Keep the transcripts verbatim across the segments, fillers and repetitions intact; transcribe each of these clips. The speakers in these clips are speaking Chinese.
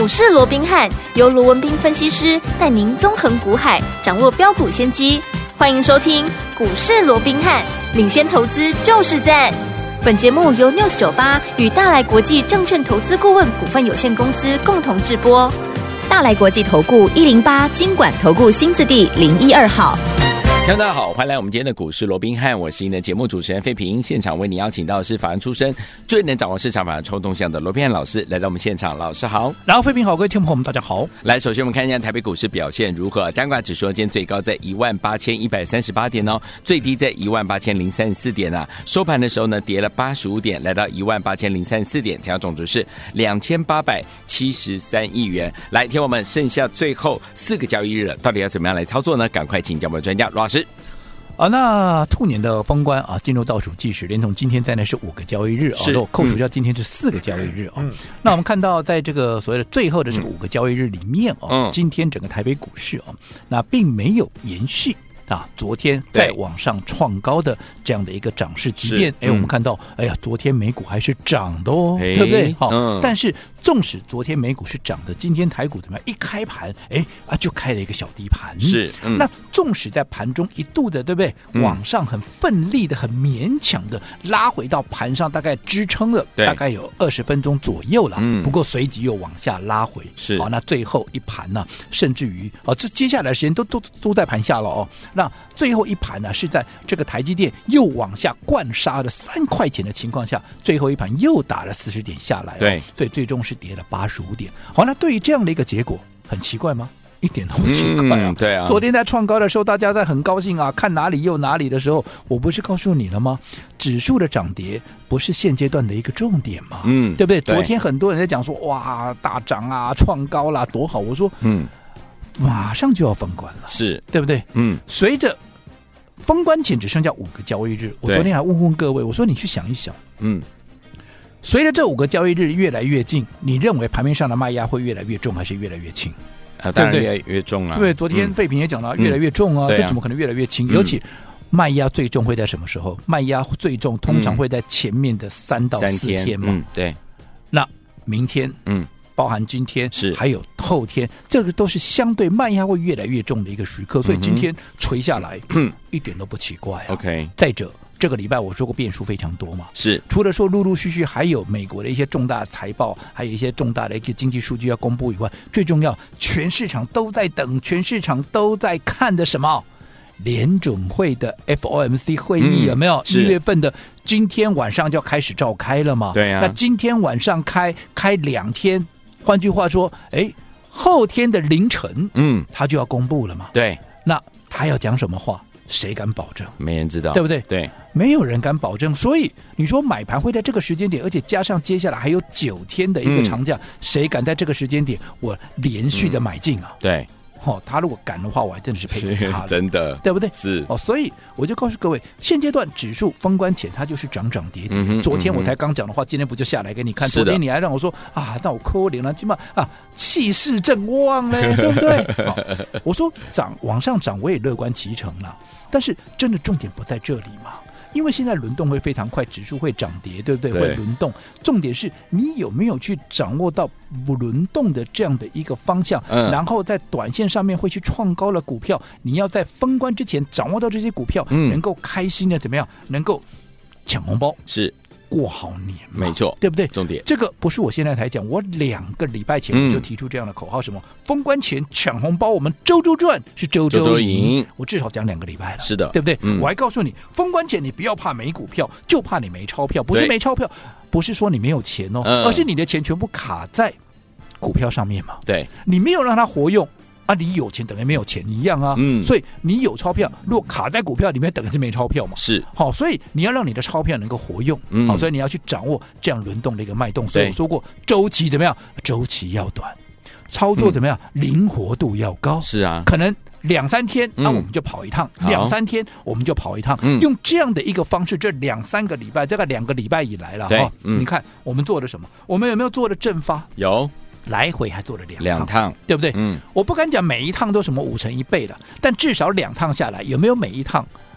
股市罗宾汉由罗文彬分析师带您纵横股海，掌握标股先机。欢迎收听股市罗宾汉，领先投资就是赞。本节目由 News 九十八与大来国际证券投资顾问股份有限公司共同制播。大来国际投顾一零八金管投顾新字第零一二号。 大家好，欢迎来我们今天的股市罗宾汉，我是您的节目主持人费平。现场为您邀请到的是法人出身、最能掌握市场法人冲动向的罗宾汉老师来到我们现场。老师好。 然后费平好，各位听众朋友们大家好。 来，首先我们看一下台北股市表现如何。加权指数今天最高在一万八千一百三十八点哦，最低在一万八千零三十四点啊。收盘的时候呢，跌了八十五点，来到一万八千零三十四点，成交总值是两千八百七十三亿元。来，听我们剩下最后四个交易日了，到底要怎么样来操作呢？赶快请教我们的专家罗老师。 啊，那兔年的封关啊，进入倒数计时，连同今天在内是五个交易日啊，如果扣除掉今天是四个交易日啊。嗯、那我们看到，在这个所谓的最后的这个五个交易日里面啊，嗯、今天整个台北股市啊，那并没有延续啊，昨天在往上创高的这样的一个涨势，即便哎、嗯，我们看到，哎呀，昨天美股还是涨的哦，对不对？好、嗯，但是纵使昨天美股是涨的，今天台股怎么样？一开盘，哎啊，就开了一个小低盘。 是， 嗯、那纵使在盘中一度的，对不对？嗯、往上很奋力的、很勉强的拉回到盘上，大概支撑了大概有二十分钟左右了。嗯，不过随即又往下拉回。 是， 好，那最后一盘呢，甚至于啊，这接下来的时间都都都在盘下了哦。那最后一盘呢，是在这个台积电又往下灌杀了三块钱的情况下，最后一盘又打了四十点下来、哦。 对， 所以最终是跌了八十五点。好，那对于这样的一个结果，很奇怪吗？一点都不奇怪啊！ 嗯、对啊， 昨天在创高的时候，大家在很高兴啊，看哪里又哪里的时候，我不是告诉你了吗？指数的涨跌不是现阶段的一个重点嘛，嗯，对不对？对，昨天很多人在讲说，哇，大涨啊，创高啦，多好！我说，嗯，马上就要封关了， 是对不对？嗯，随着封关前只剩下五个交易日，我昨天还问问各位，我说你去想一想，嗯。随着这五个交易日越来越近，你认为盘面上的卖压会越来越重还是越来越轻？ 啊，当然越来越重啊！ 对，昨天费平也讲了，嗯、越来越重啊， 嗯、 这怎么可能越来越轻？嗯、尤其卖压最重会在什么时候？卖压最重通常会在前面的三到四天嘛。 嗯、对， 那明天，嗯，包含今天是还有后天，这个都是相对卖压会越来越重的一个时刻，所以今天垂下来，嗯，一点都不奇怪、啊。 OK， 再者。这个礼拜我说过变数非常多嘛， 是除了说陆陆续续还有美国的一些重大财报，还有一些重大的一些经济数据要公布以外，最重要，全市场都在等，全市场都在看的什么？联准会的 F O M C 会议有没有？一、嗯、月份的今天晚上就要开始召开了嘛？ 对啊。 那今天晚上开开两天，换句话说，哎，后天的凌晨，嗯，他就要公布了嘛？ 对。 那他要讲什么话？谁敢保证？ 没人知道， 对不对？ 对， 没有人敢保证。所以你说买盘会在这个时间点，而且加上接下来还有九天的一个长假，嗯、谁敢在这个时间点我连续的买进啊？ 嗯、对。 哦，他如果敢的话，我还真的是佩服他的， 真的， 对不对？ 是哦，所以我就告诉各位，现阶段指数封关前它就是涨涨跌跌。嗯、昨天我才刚讲的话，今天不就下来给你看？昨天你还让我说啊，那我可怜了，起码啊气势正旺嘞，对不对？哦、我说涨往上涨，我也乐观其成了，但是真的重点不在这里嘛。因为现在轮动会非常快，指数会涨跌，对不对？ 对， 会轮动。重点是你有没有去掌握到不轮动的这样的一个方向，嗯、然后在短线上面会去创高的股票，你要在封关之前掌握到这些股票，嗯、能够开心的怎么样？能够抢红包， 是过好年嘛， 没错， 对不对？ 重点这个不是我现在才讲，我两个礼拜前我就提出这样的口号，什么、嗯、封关前抢红包，我们周周赚，是周周赢。我至少讲两个礼拜了， 是的， 对不对？ 嗯、 我还告诉你，封关前你不要怕没股票，就怕你没钞票，不是没钞票，不是说你没有钱哦，嗯、而是你的钱全部卡在股票上面嘛， 对， 你没有让它活用。啊，你有钱等于没有钱一样啊，嗯，所以你有钞票，如果卡在股票里面，等于是没钞票嘛， 是， 好，所以你要让你的钞票能够活用，嗯，好，所以你要去掌握这样轮动的一个脉动。所以我说过，周期怎么样？周期要短，操作怎么样？嗯、灵活度要高， 是啊， 可能两三天，那、嗯啊、我们就跑一趟；两三天我们就跑一趟，嗯、用这样的一个方式，这两三个礼拜，这个两个礼拜以来了，哈、嗯，你看我们做了什么？我们有没有做了正发？ 有。 来回还做了两趟， 两趟， 对不对？ 嗯， 我不敢讲每一趟都什么五成一倍的，但至少两趟下来，有没有每一趟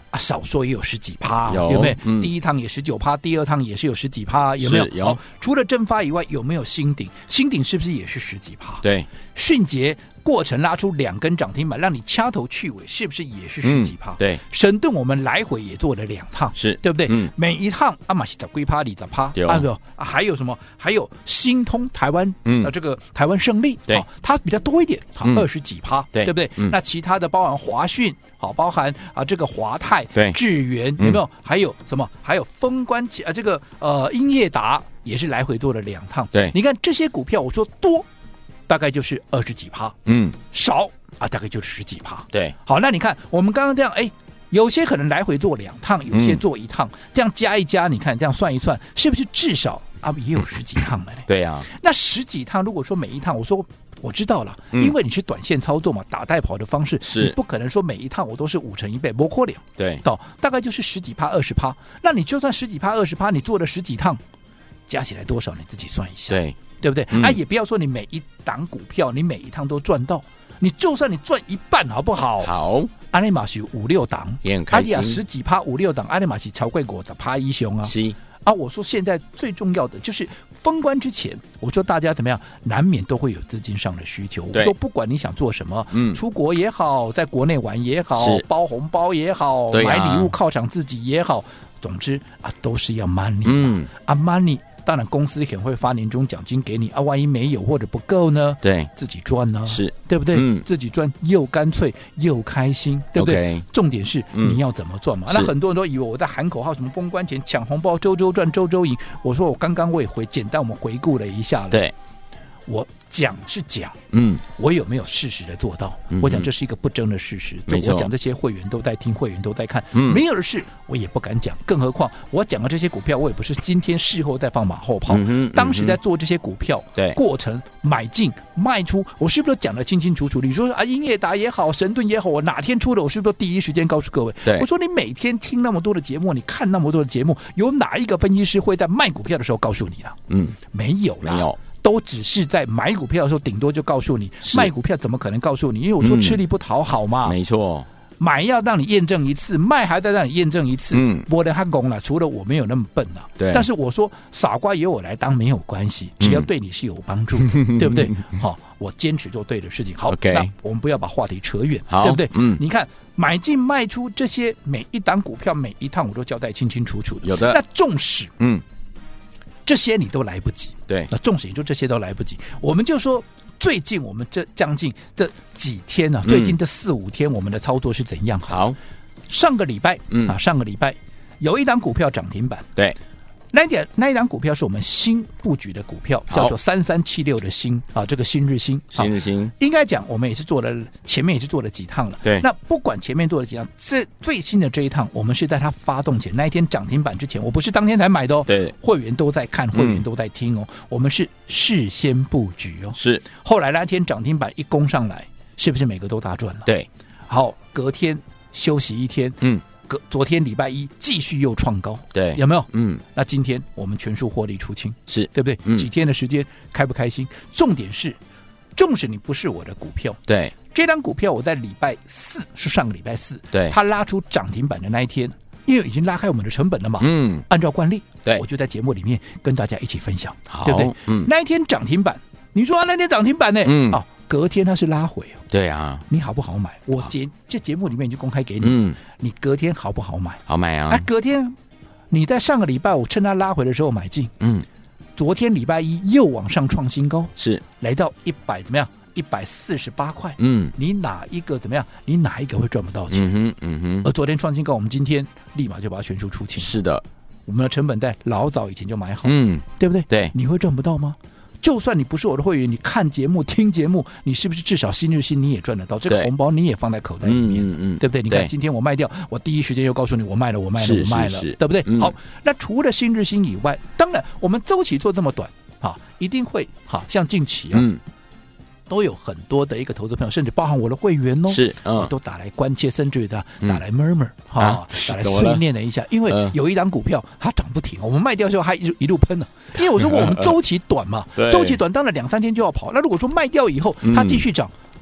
啊，少说也有十几趴， 有有没有？ 嗯、 第一趟也十九趴，第二趟也是有十几趴，有没有？ 有。 除了正发以外，有没有新鼎？新鼎是不是也是十几趴？ 对。 迅捷过程拉出两根涨停板，让你掐头去尾，是不是也是十几趴？ 嗯、对。 神盾我们来回也做了两趟， 是对不对？ 嗯、 每一趟阿玛西的龟趴里的趴，啊没有、啊，还有什么？还有新通台湾，嗯，啊、这个台湾胜利， 对、 哦，它比较多一点，好，二十几趴， 对， 对不对？ 嗯、 那其他的包含华讯，好，包含啊这个华泰， 对， 智源有没有？嗯、还有什么？还有丰关啊这个呃英业达也是来回做了两趟， 对， 你看这些股票，我说多。大概就是二十几趴， 嗯， 少啊，大概就是十几趴。 对， 好，那你看我们刚刚这样，哎，有些可能来回做两趟，有些做一趟，嗯、这样加一加，你看这样算一算，是不是至少啊也有十几趟了嘞？ 对呀、啊， 那十几趟，如果说每一趟，我说我知道了，嗯、因为你是短线操作嘛，打带跑的方式， 是你不可能说每一趟我都是五成一倍，不可能。 对， 到大概就是十几趴、二十趴。那你就算十几趴、二十趴，你做了十几趟，加起来多少？你自己算一下。 对。 对不对？嗯、啊，也不要说你每一档股票，你每一趟都赚到，你就算你赚一半，好不好？ 好， 阿里马是五六档， 也很开心。 阿里十几趴，五六档，阿里马是超过五十趴以上啊。 是啊，我说现在最重要的就是封关之前，我说大家怎么样，难免都会有资金上的需求。我说不管你想做什么，嗯，出国也好，在国内玩也好，包红包也好，啊、买礼物犒赏自己也好，总之啊，都是要 money 嘛。嗯，啊 money。当然，公司可能会发年终奖金给你啊，万一没有或者不够呢？ 对， 自己赚呢， 是对不对？ 嗯、 自己赚又干脆又开心，对不对？ okay, 重点是你要怎么赚嘛？嗯、那很多人都以为我在喊口号，什么封关前抢红包，周周赚，周周赢。我说我刚刚我也回简单我们回顾了一下了， 对， 我讲是讲， 嗯， 我有没有适时的做到？嗯、我讲这是一个不争的事实。我讲这些会员都在听，会员都在看，嗯、没有的事我也不敢讲。更何况我讲的这些股票，我也不是今天事后再放马后炮。嗯、当时在做这些股票， 对、嗯、 过程买进卖出，我是不是都讲得清清楚楚？你说啊，英业达也好，神盾也好，我哪天出的，我是不是都第一时间告诉各位？ 对， 我说你每天听那么多的节目，你看那么多的节目，有哪一个分析师会在卖股票的时候告诉你了？嗯，没有啦， 没有。 都只是在买股票的时候，顶多就告诉你，卖股票怎么可能告诉你？因为我说吃力不讨好嘛。 嗯、没错， 买要让你验证一次，卖还在让你验证一次。嗯，我的他拱了，除了我没有那么笨啊。 对。 但是我说傻瓜由我来当没有关系，只要对你是有帮助，嗯、对不对？好、哦，我坚持做对的事情。好， okay, 那我们不要把话题扯远， 对不对？ 嗯， 你看买进卖出这些每一档股票每一趟我都交代清清楚楚的。 有的。 那纵使嗯。 这些你都来不及， 对， 那纵使你说这些都来不及，我们就说最近我们这将近这几天呢、啊，嗯、最近这四五天我们的操作是怎样？ 好， 上个礼拜，嗯啊，上个礼拜有一档股票涨停板， 对， 那一点那一档股票是我们新布局的股票，叫做三三七六的新啊，这个新日新， 新日新， 应该讲我们也是做了前面也是做了几趟了， 对， 那不管前面做了几趟，这最新的这一趟，我们是在它发动前那一天涨停板之前，我不是当天才买的哦， 对， 会员都在看，会员都在听哦，嗯、我们是事先布局哦， 是， 后来那天涨停板一攻上来，是不是每个都大赚了？ 对， 好，隔天休息一天，嗯。昨天礼拜一继续又创高， 对， 有没有？ 嗯， 那今天我们全数获利出清， 是对不对？ 嗯、 几天的时间开不开心？重点是，纵使你不是我的股票， 对， 这张股票我在礼拜四是上个礼拜四， 对， 它拉出涨停板的那一天，因为已经拉开我们的成本了嘛，嗯，按照惯例， 对， 我就在节目里面跟大家一起分享， 好， 对不对？ 嗯， 那一天涨停板，你说、啊、那天涨停板呢？嗯，哦。隔天它是拉回、哦， 对啊， 你好不好买？我节这节目里面已经公开给你，嗯，你隔天好不好买？ 好买啊！ 啊，隔天你在上个礼拜我趁它拉回的时候买进，嗯，昨天礼拜一又往上创新高， 是来到一百怎么样？一百四十八块， 嗯， 你哪一个怎么样？你哪一个会赚不到钱？ 嗯哼，嗯哼。 而昨天创新高，我们今天立马就把它全数出清。 是的， 我们的成本在老早以前就买好， 嗯， 对不对？ 对， 你会赚不到吗？就算你不是我的会员，你看节目、听节目，你是不是至少新日新你也赚得到？这个红包你也放在口袋里面，嗯嗯，对不对？你看今天我卖掉，我第一时间又告诉你我卖了，我卖了，我卖了，对不对？嗯、好，那除了新日新以外，当然我们周期做这么短，啊，一定会好像近期啊。嗯都有很多的一个投资朋友，甚至包含我的会员哦， 是，嗯， 都打来关切，甚至的打来 murmur 哈、嗯啊，打来碎念了一下，因为有一档股票它涨不停，我们卖掉之后它一一路喷了，因为我说过我们周期短嘛，周期短当然两三天就要跑，那如果说卖掉以后它继续涨。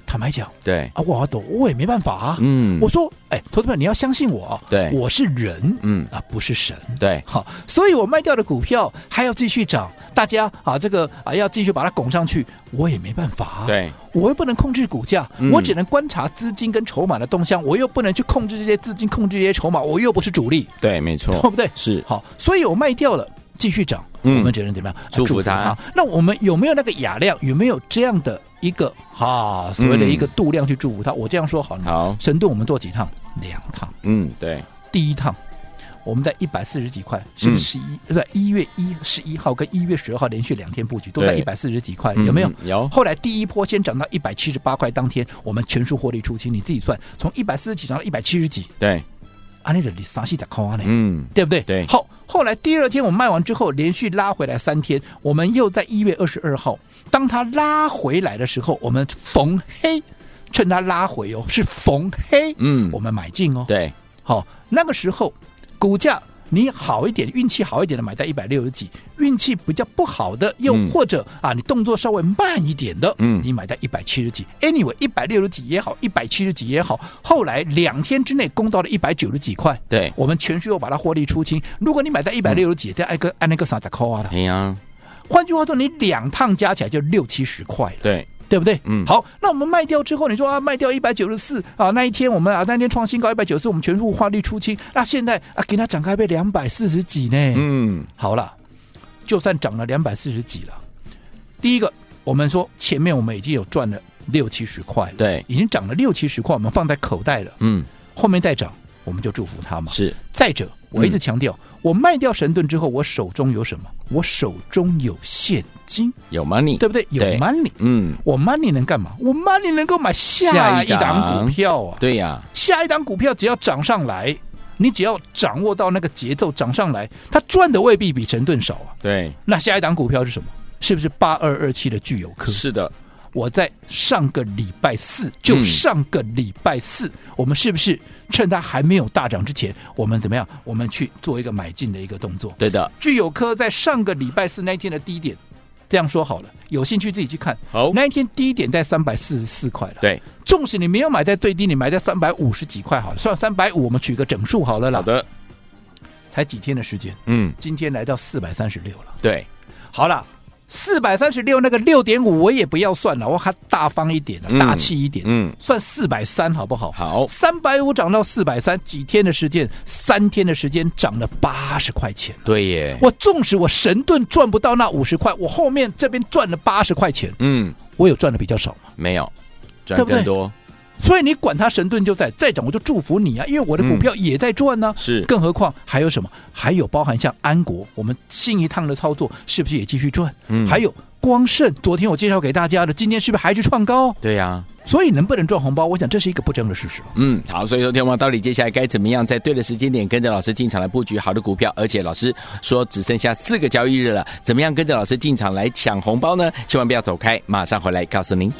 坦白讲， 对啊，我懂，我也没办法啊。 嗯， 我说，哎，投资者你要相信我， 对， 我是人， 嗯啊，不是神， 对， 好，所以我卖掉的股票还要继续涨，大家啊，这个啊要继续把它拱上去，我也没办法、啊， 对， 我又不能控制股价、嗯，我只能观察资金跟筹码的动向，我又不能去控制这些资金，控制这些筹码，我又不是主力， 对，没错， 对不对？ 是， 好，所以我卖掉了，继续涨，嗯、我们只能怎么样？ 祝福他。 啊、那我们有没有那个雅量？有没有这样的一个啊所谓的一个度量去祝福他？嗯、我这样说好了， 好， 神盾我们做几趟？两趟， 嗯，对， 第一趟。我们在一百四十几块，是不是十一、嗯？对，一月一十一号跟一月十二号连续两天布局，都在一百四十几块，有没有？ 有。 后来第一波先涨到一百七十八块，当天我们全数获利出清，你自己算，从一百四十几涨到一百七十几， 对， 啊，那个三四十块呢， 嗯， 对不对？ 对。 好，后来第二天我们卖完之后，连续拉回来三天，我们又在一月二十二号，当它拉回来的时候，我们逢黑，趁它拉回哦，是逢黑，嗯，我们买进哦， 对， 好，那个时候股价。你好一点，运气好一点的买在一百六十几，运气比较不好的，又或者、嗯、啊，你动作稍微慢一点的，嗯，你买在一百七十几。Anyway， 一百六十几也好，一百七十几也好，后来两天之内攻到了一百九十几块， 对， 我们全数又把它获利出清。如果你买在一百六十几，再按个按那个三十块啊， 哎呀， 换句话说，你两趟加起来就六七十块了， 对。 对不对？ 嗯， 好，那我们卖掉之后，你说啊，卖掉一百九十四啊，那一天我们啊，那天创新高一百九十四，我们全数获利出清。那现在啊，给它涨开被两百四十几呢。嗯，好了，就算涨了两百四十几了，第一个，我们说前面我们已经有赚了六七十块了， 对， 已经涨了六七十块，我们放在口袋了。嗯，后面再涨，我们就祝福它嘛。 是， 再者，我一直强调，嗯、我卖掉神盾之后，我手中有什么？我手中有现金， 有 money， 对不对？有 money， 嗯，我 money 能干嘛？我 money 能够买下一档股票啊， 对呀、啊， 下一档股票只要涨上来，你只要掌握到那个节奏涨上来，它赚的未必比神盾少啊。 对， 那下一档股票是什么？是不是八二二七的聚友科？ 是的。 我在上个礼拜四，就上个礼拜四、嗯，我们是不是趁它还没有大涨之前，我们怎么样？我们去做一个买进的一个动作。 对的， 聚友科在上个礼拜四那一天的低点，这样说好了，有兴趣自己去看。 好， 那一天低点在三百四十四块了。 对， 纵使你没有买在最低，你买在三百五十几块好了，算三百五，我们取个整数好了啦。 好的， 才几天的时间， 嗯， 今天来到四百三十六了。 对， 好了。四百三十六那个 六点五 我也不要算了，我还大方一点、嗯、大气一点，嗯，算四百三好不好？ 好， 三百五涨到四百三，几天的时间，三天的时间涨了八十块钱。 对耶， 我纵使我神盾赚不到那五十块，我后面这边赚了八十块钱，嗯，我有赚的比较少吗？ 没有，赚更多。 所以你管它神盾就在再涨，我就祝福你啊，因为我的股票也在赚呢、啊嗯。是，更何况还有什么？还有包含像安国，我们新一趟的操作是不是也继续赚？嗯，还有光盛，昨天我介绍给大家的，今天是不是还是创高？ 对呀、啊。 所以能不能赚红包，我想这是一个不争的事实。 嗯，好，所以说天王到底接下来该怎么样在对的时间点跟着老师进场来布局好的股票？而且老师说只剩下四个交易日了，怎么样跟着老师进场来抢红包呢？千万不要走开，马上回来告诉您。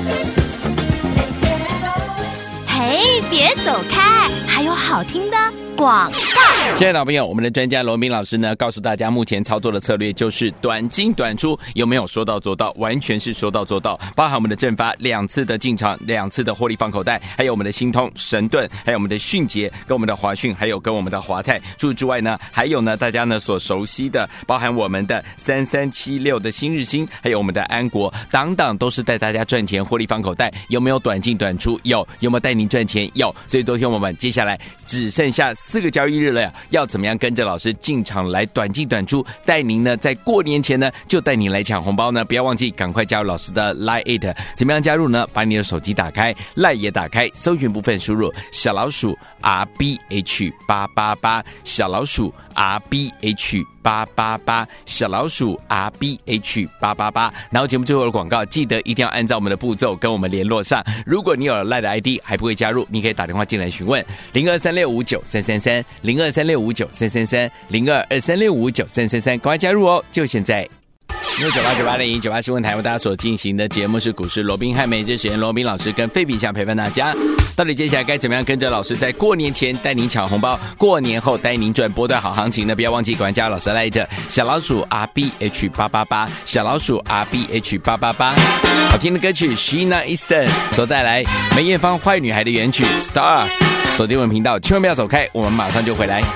嘿，别走开，还有好听的广告。 亲爱的老朋友，我们的专家罗明老师呢，告诉大家目前操作的策略就是短进短出，有没有说到做到？完全是说到做到，包含我们的正发两次的进场，两次的获利放口袋，还有我们的新通、神盾，还有我们的迅捷，跟我们的华讯，还有跟我们的华泰。除此之外呢，还有呢大家呢所熟悉的，包含我们的三三七六的新日新，还有我们的安国，档档都是带大家赚钱获利放口袋。有没有短进短出？有。有没有带您赚钱？有。所以昨天我们接下来只剩下四个交易日了，要怎么样跟着老师进场来短进短出，带您呢在过年前呢就带您来抢红包呢？不要忘记赶快加入老师的 Line 怎么样加入呢？把你的手机打开， Line 也打开，搜寻部分输入小老鼠 R B H 八八八， 小老鼠 R B H 八八八， 小老鼠 R B H 八八八。然后节目最后的广告记得一定要按照我们的步骤跟我们联络上。如果你有了 Line 的 I D 还不会加入，你可以打电话进来询问零二三六五九三三三 零二三六五九三三三 零二二三六五九三三三，赶快加入哦，就现在。 六九八九八零一九八新闻台为大家所进行的节目是股市罗宾汉，每日时间罗宾老师跟费比想陪伴大家。到底接下来该怎么样跟着老师在过年前带您抢红包，过年后带您赚波段好行情呢？不要忘记管家老师来着小老鼠 R B H 八八八，小老鼠 R B H 八八八。好听的歌曲 Sheena Easton 所带来梅艳芳坏女孩的原曲 Star。锁定我们频道，千万不要走开，我们马上就回来。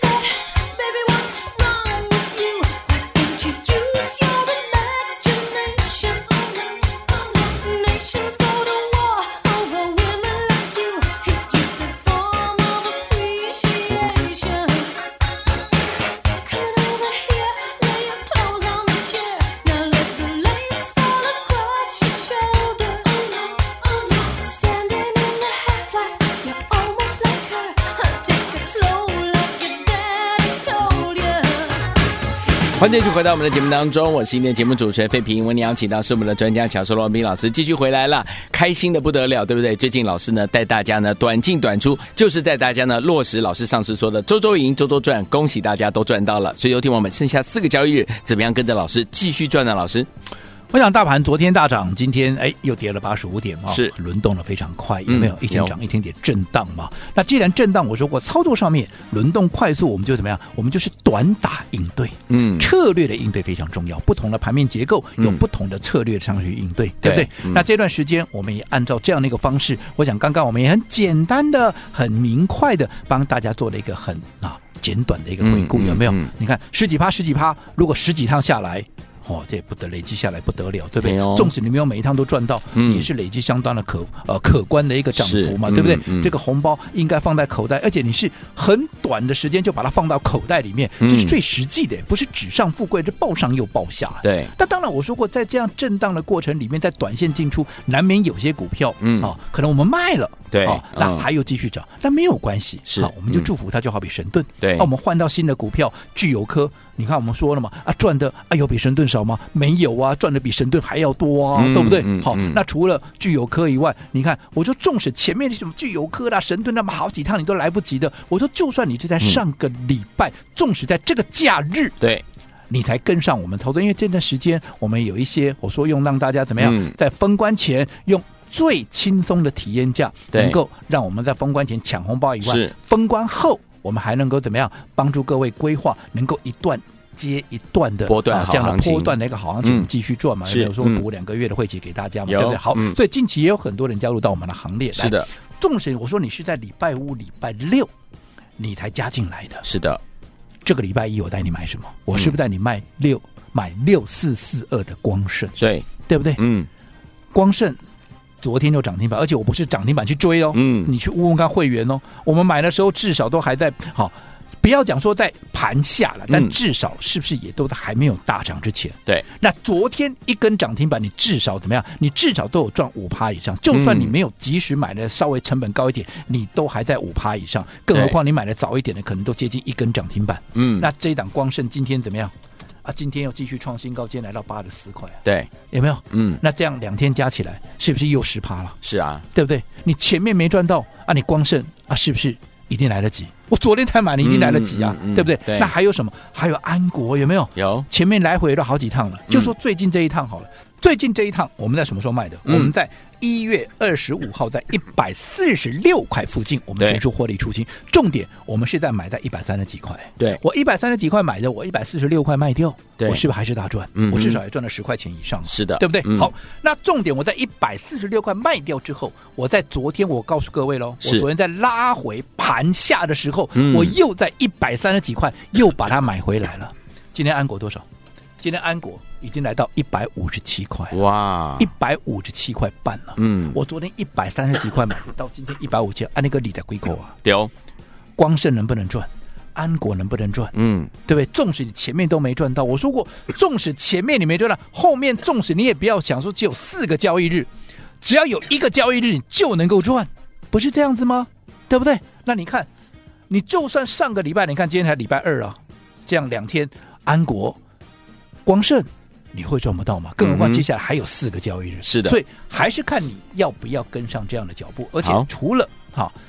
欢迎继续回到我们的节目当中，我是今天的节目主持人费平。为您邀请到是我们的专家乔硕罗宾老师继续回来了，开心的不得了，对不对？最近老师呢带大家呢短进短出，就是带大家呢落实老师上次说的周周赢周周赚，恭喜大家都赚到了。所以有听我们剩下四个交易日，怎么样跟着老师继续赚呢？老师， 我想大盘昨天大涨，今天哎又跌了八十五点嘛， 是轮动的非常快，有没有？ 嗯、 一天涨一天跌，震荡嘛。那既然震荡，我说过操作上面轮动快速，我们就怎么样？我们就是短打应对，嗯，策略的应对非常重要。不同的盘面结构有不同的策略上去应对，嗯、对不对？嗯、那这段时间我们也按照这样的一个方式，我想刚刚我们也很简单的、很明快的帮大家做了一个很啊简短的一个回顾，嗯、有没有？嗯、你看十几趴、十几趴，如果十几趟下来。哦，这也不得累积下来不得了，对不对？纵使你没有每一趟都赚到，嗯、也是累积相当的可呃可观的一个涨幅嘛，对不对？嗯嗯、这个红包应该放在口袋，而且你是很短的时间就把它放到口袋里面，嗯、这是最实际的，不是纸上富贵，这报上又报下。 对。 那当然，我说过，在这样震荡的过程里面，在短线进出，难免有些股票，嗯，哦，可能我们卖了。 对， 哦，那还有继续涨，那没有关系， 是， 好，我们就祝福它，就好比神盾， 对， 那我们换到新的股票，聚友科，你看我们说了嘛，啊，赚的啊有比神盾少吗？没有啊，赚的比神盾还要多啊，嗯、对不对？嗯、好，嗯、那除了聚友科以外，你看，我说纵使前面的什么聚友科啦、神盾那么好几趟你都来不及的，我说就算你是在上个礼拜，嗯、纵使在这个假日， 对。 你才跟上我们操作，因为这段时间我们有一些，我说用让大家怎么样，嗯、在封关前用最轻松的体验价，能够让我们在封关前抢红包以外，封关后我们还能够怎么样帮助各位规划，能够一段接一段的波段、 啊、这样的波段的一个好行情继续赚嘛？有没有说补两个月的会期给大家嘛？对不对？好，嗯、所以近期也有很多人加入到我们的行列。 是的， 纵使我说你是在礼拜五、礼拜六你才加进来的， 是的。 这个礼拜一我带你买什么？我是不是带你卖六、嗯、买六四四二的光盛？ 对， 对不对？ 嗯， 光盛昨天就涨停板，而且我不是涨停板去追哦，嗯，你去问问看会员哦，我们买的时候至少都还在好。不要讲说在盘下了，但至少是不是也都在还没有大涨之前？ 对。 那昨天一根涨停板，你至少怎么样？你至少都有赚五趴以上。就算你没有及时买的稍微成本高一点，你都还在五趴以上。更何况你买的早一点的，可能都接近一根涨停板。嗯。那这一档光盛今天怎么样？啊，今天又继续创新高，今天来到八十四块、啊。 对。 有没有？ 嗯。 那这样两天加起来，是不是又十趴了？ 是啊， 对不对？你前面没赚到啊，你光盛啊，是不是？一定来得及，我昨天才买，你一定来得及啊，嗯嗯嗯、对不对？ 对。 那还有什么？还有安国有没有？ 有， 前面来回都好几趟了。就说最近这一趟好了，嗯、最近这一趟我们在什么时候卖的？嗯、我们在一月二十五号，在一百四十六块附近，我们全数获利出清。重点，我们是在买在一百三十几块。 对， 我一百三十几块买的，我一百四十六块卖掉， 对， 我是不是还是大赚？嗯、我至少也赚了十块钱以上。 是的， 对不对？ 嗯、 好，那重点我在一百四十六块卖掉之后，我在昨天我告诉各位喽，我昨天在拉回盘下的时候，嗯、我又在一百三十几块又把它买回来了。今天安国多少？今天安国已经来到一百五十七块， 哇， 一百五十七块半了。嗯，我昨天一百三十几块买，到今天一百五十七，按那个理在归口啊。 丢， 光盛能不能赚？安国能不能赚？嗯，对不对？纵使你前面都没赚到，我说过，纵使前面你没赚到，后面纵使你也不要想说只有四个交易日，只要有一个交易日你就能够赚，不是这样子吗？对不对？那你看，你就算上个礼拜，你看今天才礼拜二啊，这样两天，安国、光盛你会赚不到吗？更何况接下来还有四个交易日， 是的， 所以还是看你要不要跟上这样的脚步。而且除了好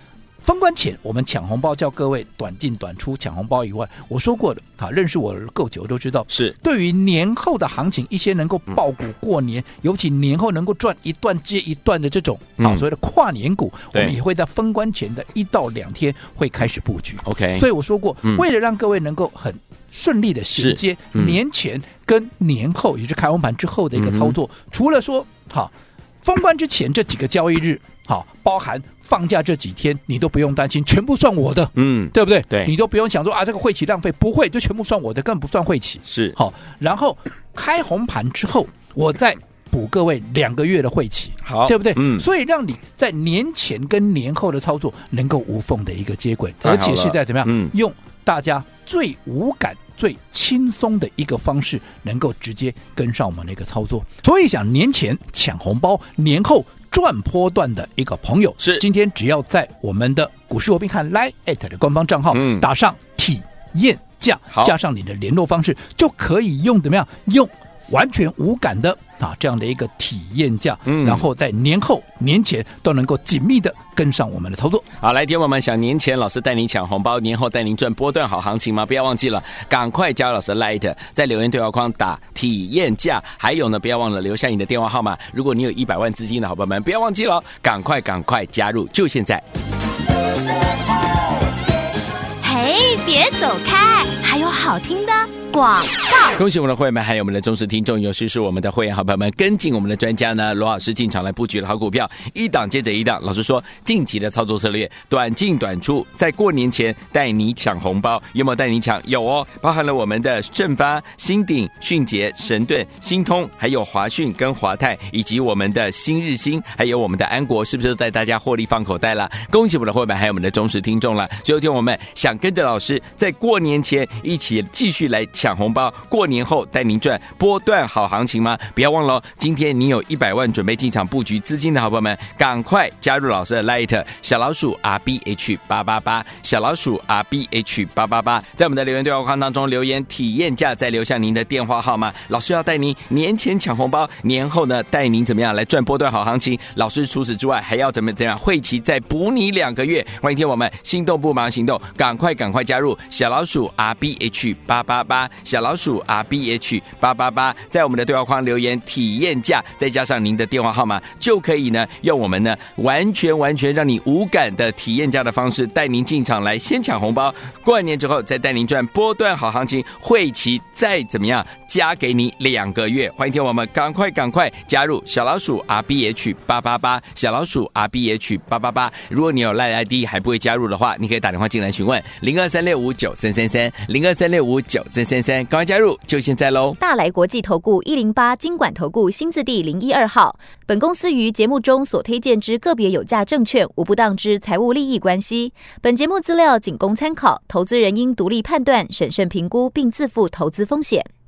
封关前我们抢红包叫各位短进短出抢红包以外，我说过的啊，认识我够久都知道， 是对于年后的行情，一些能够抱股过年，嗯、尤其年后能够赚一段接一段的这种啊、嗯、所谓的跨年股，我们也会在封关前的一到两天会开始布局。 OK， 所以我说过，嗯、为了让各位能够很顺利的衔接年前跟年后，也就是开红盘之后的一个操作，嗯、除了说好封关之前这几个交易日，好包含放假这几天，你都不用担心，全部算我的，嗯，对不对？ 对， 你都不用想说啊，这个会期浪费，不会，就全部算我的，更不算会期。 是好，然后开红盘之后，我再补各位两个月的会期， 好， 对不对？ 嗯， 所以让你在年前跟年后的操作能够无缝的一个接轨，而且是在怎么样、嗯、用大家最无感、最轻松的一个方式，能够直接跟上我们的一个操作。所以想年前抢红包，年后赚波段的一个朋友， 是今天只要在我们的股市罗宾汉 Line at 的官方账号、嗯、打上体验价，加上你的联络方式，就可以用怎么样？用完全无感的啊这样的一个体验价、嗯，然后在年后年前都能够紧密的跟上我们的操作。 好，来听我们想年前老师带你抢红包，年后带您赚波段好行情吗？不要忘记了，赶快加入老师 Light， 在留言对话框打体验价，还有呢，不要忘了留下你的电话号码。如果你有一百万资金的好朋友们，不要忘记了，赶快赶快加入，就现在。 嘿，别走开，还有好听的广告。 恭喜我们的会员们，还有我们的忠实听众，尤其是我们的会员好朋友们，跟进我们的专家呢，罗老师进场来布局的好股票，一档接着一档。老师说，近期的操作策略，短进短出，在过年前带你抢红包，有没有带你抢？有哦，包含了我们的盛发、新鼎、迅捷、神盾、新通，还有华讯跟华泰，以及我们的新日新，还有我们的安国，是不是都带大家获利放口袋了？恭喜我们的会员们，还有我们的忠实听众了。最后听我们想跟着老师在过年前一起继续来抢红包，过年后带您赚波段好行情吗？不要忘了，今天你有一百万准备进场布局资金的好朋友们，赶快加入老师的 Light 小老鼠 R B H 八八八 小老鼠 R B H 八八八，在我们的留言对话框当中留言体验价，再留下您的电话号码。老师要带您年前抢红包，年后呢带您怎么样来赚波段好行情。老师除此之外还要怎么怎样会期再补你两个月。欢迎听我们心动不忙行动，赶快赶快加入小老鼠 R B H 八八八小老鼠 R B H 八八八，在我们的对话框留言体验价，再加上您的电话号码，就可以呢用我们呢完全完全让你无感的体验价的方式，带您进场来先抢红包，过完年之后再带您赚波段好行情，会期再怎么样加给你两个月。欢迎听我们赶快赶快加入小老鼠 R B H 八八八小老鼠 R B H 八八八。如果你有 LINE I D 还不会加入的话，你可以打电话进来询问零二三六五九三三三零二三六五九三三三，赶快加入，就现在喽！ 大来国际投顾一零八金管投顾新字第零一二号。本公司于节目中所推荐之个别有价证券，无不当之财务利益关系。本节目资料仅供参考，投资人应独立判断、审慎评估，并自负投资风险。